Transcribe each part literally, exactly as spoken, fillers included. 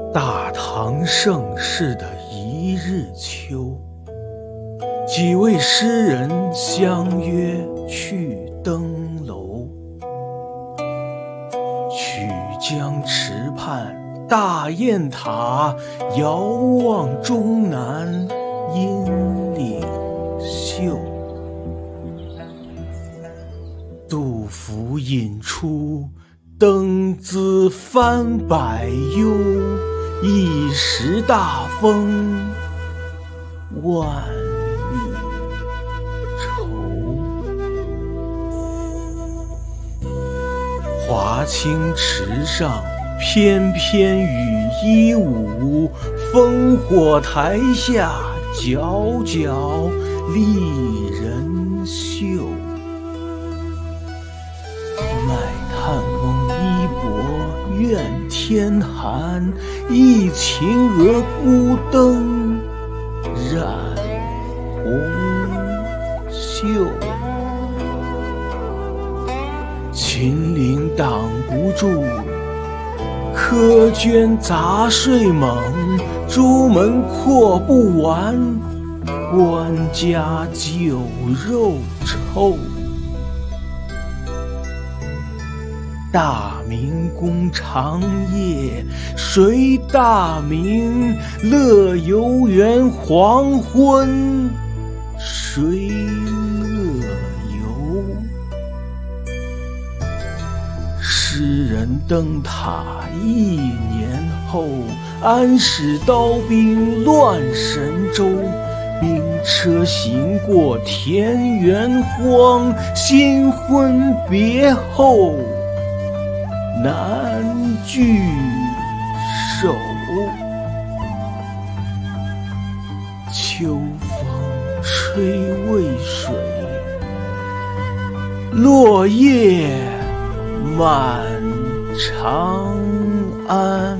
大唐盛世的一日秋，几位诗人相约去登楼。曲江池畔大雁塔，遥望终南阴岭秀。杜甫引出登兹翻百忧，一时大风万里愁。华清池上翩翩羽衣舞，烽火台下皎皎丽人秀。卖炭翁衣帛怨天寒，一擎娥孤灯染红袖。秦岭挡不住，苛捐杂税猛，朱门阔不完，官家酒肉臭。大明宫长夜谁大明？乐游原黄昏谁乐游？诗人登塔一年后，安史刀兵乱神州。兵车行过田园荒，新婚别后难聚首。秋风吹渭水，落叶满长安。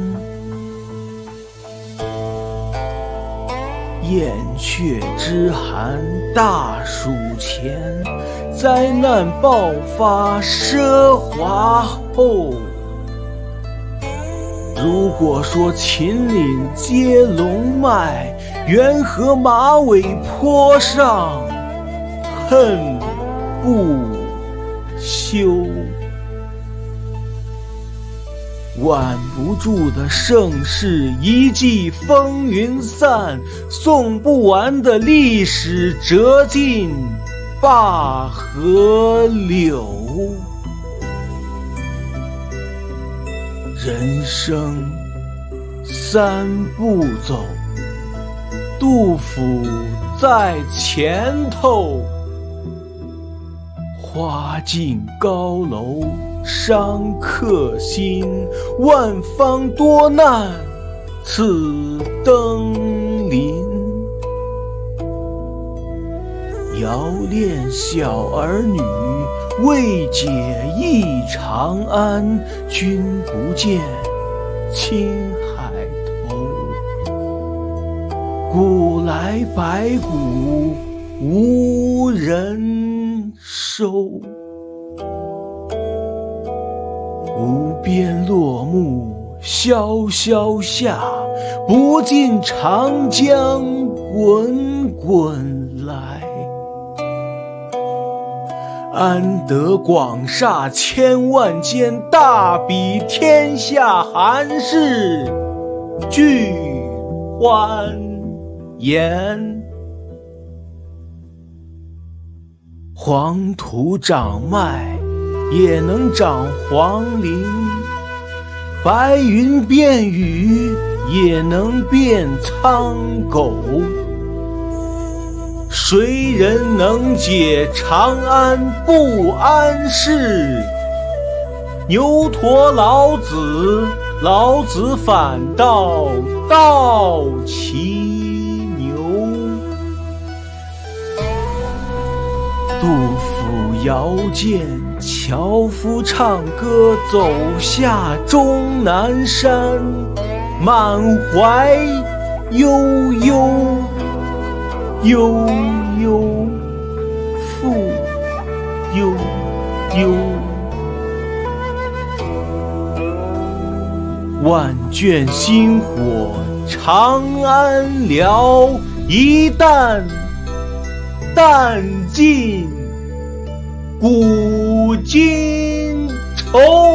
燕雀之寒大暑前，灾难爆发奢华后。如果说秦岭接龙脉，缘何马尾坡上恨不休？挽不住的盛世一骑风云散，送不完的历史折尽灞河流。人生三步走，杜甫在前头。花尽高楼伤客心，万方多难此登临。遥恋小儿女，未解忆长安。君不见，青海头。古来白骨无人收。无边落木萧萧下，不尽长江滚滚来。安得广厦千万间，大比天下寒士俱欢颜。黄土长麦也能长黄陵，白云变雨也能变苍狗。谁人能解长安不安事？牛驼老子，老子反倒倒骑牛。杜甫遥见樵夫唱歌走下终南山，满怀悠悠，悠悠复悠悠。 万卷薪火长安辽，一旦弹尽古今愁。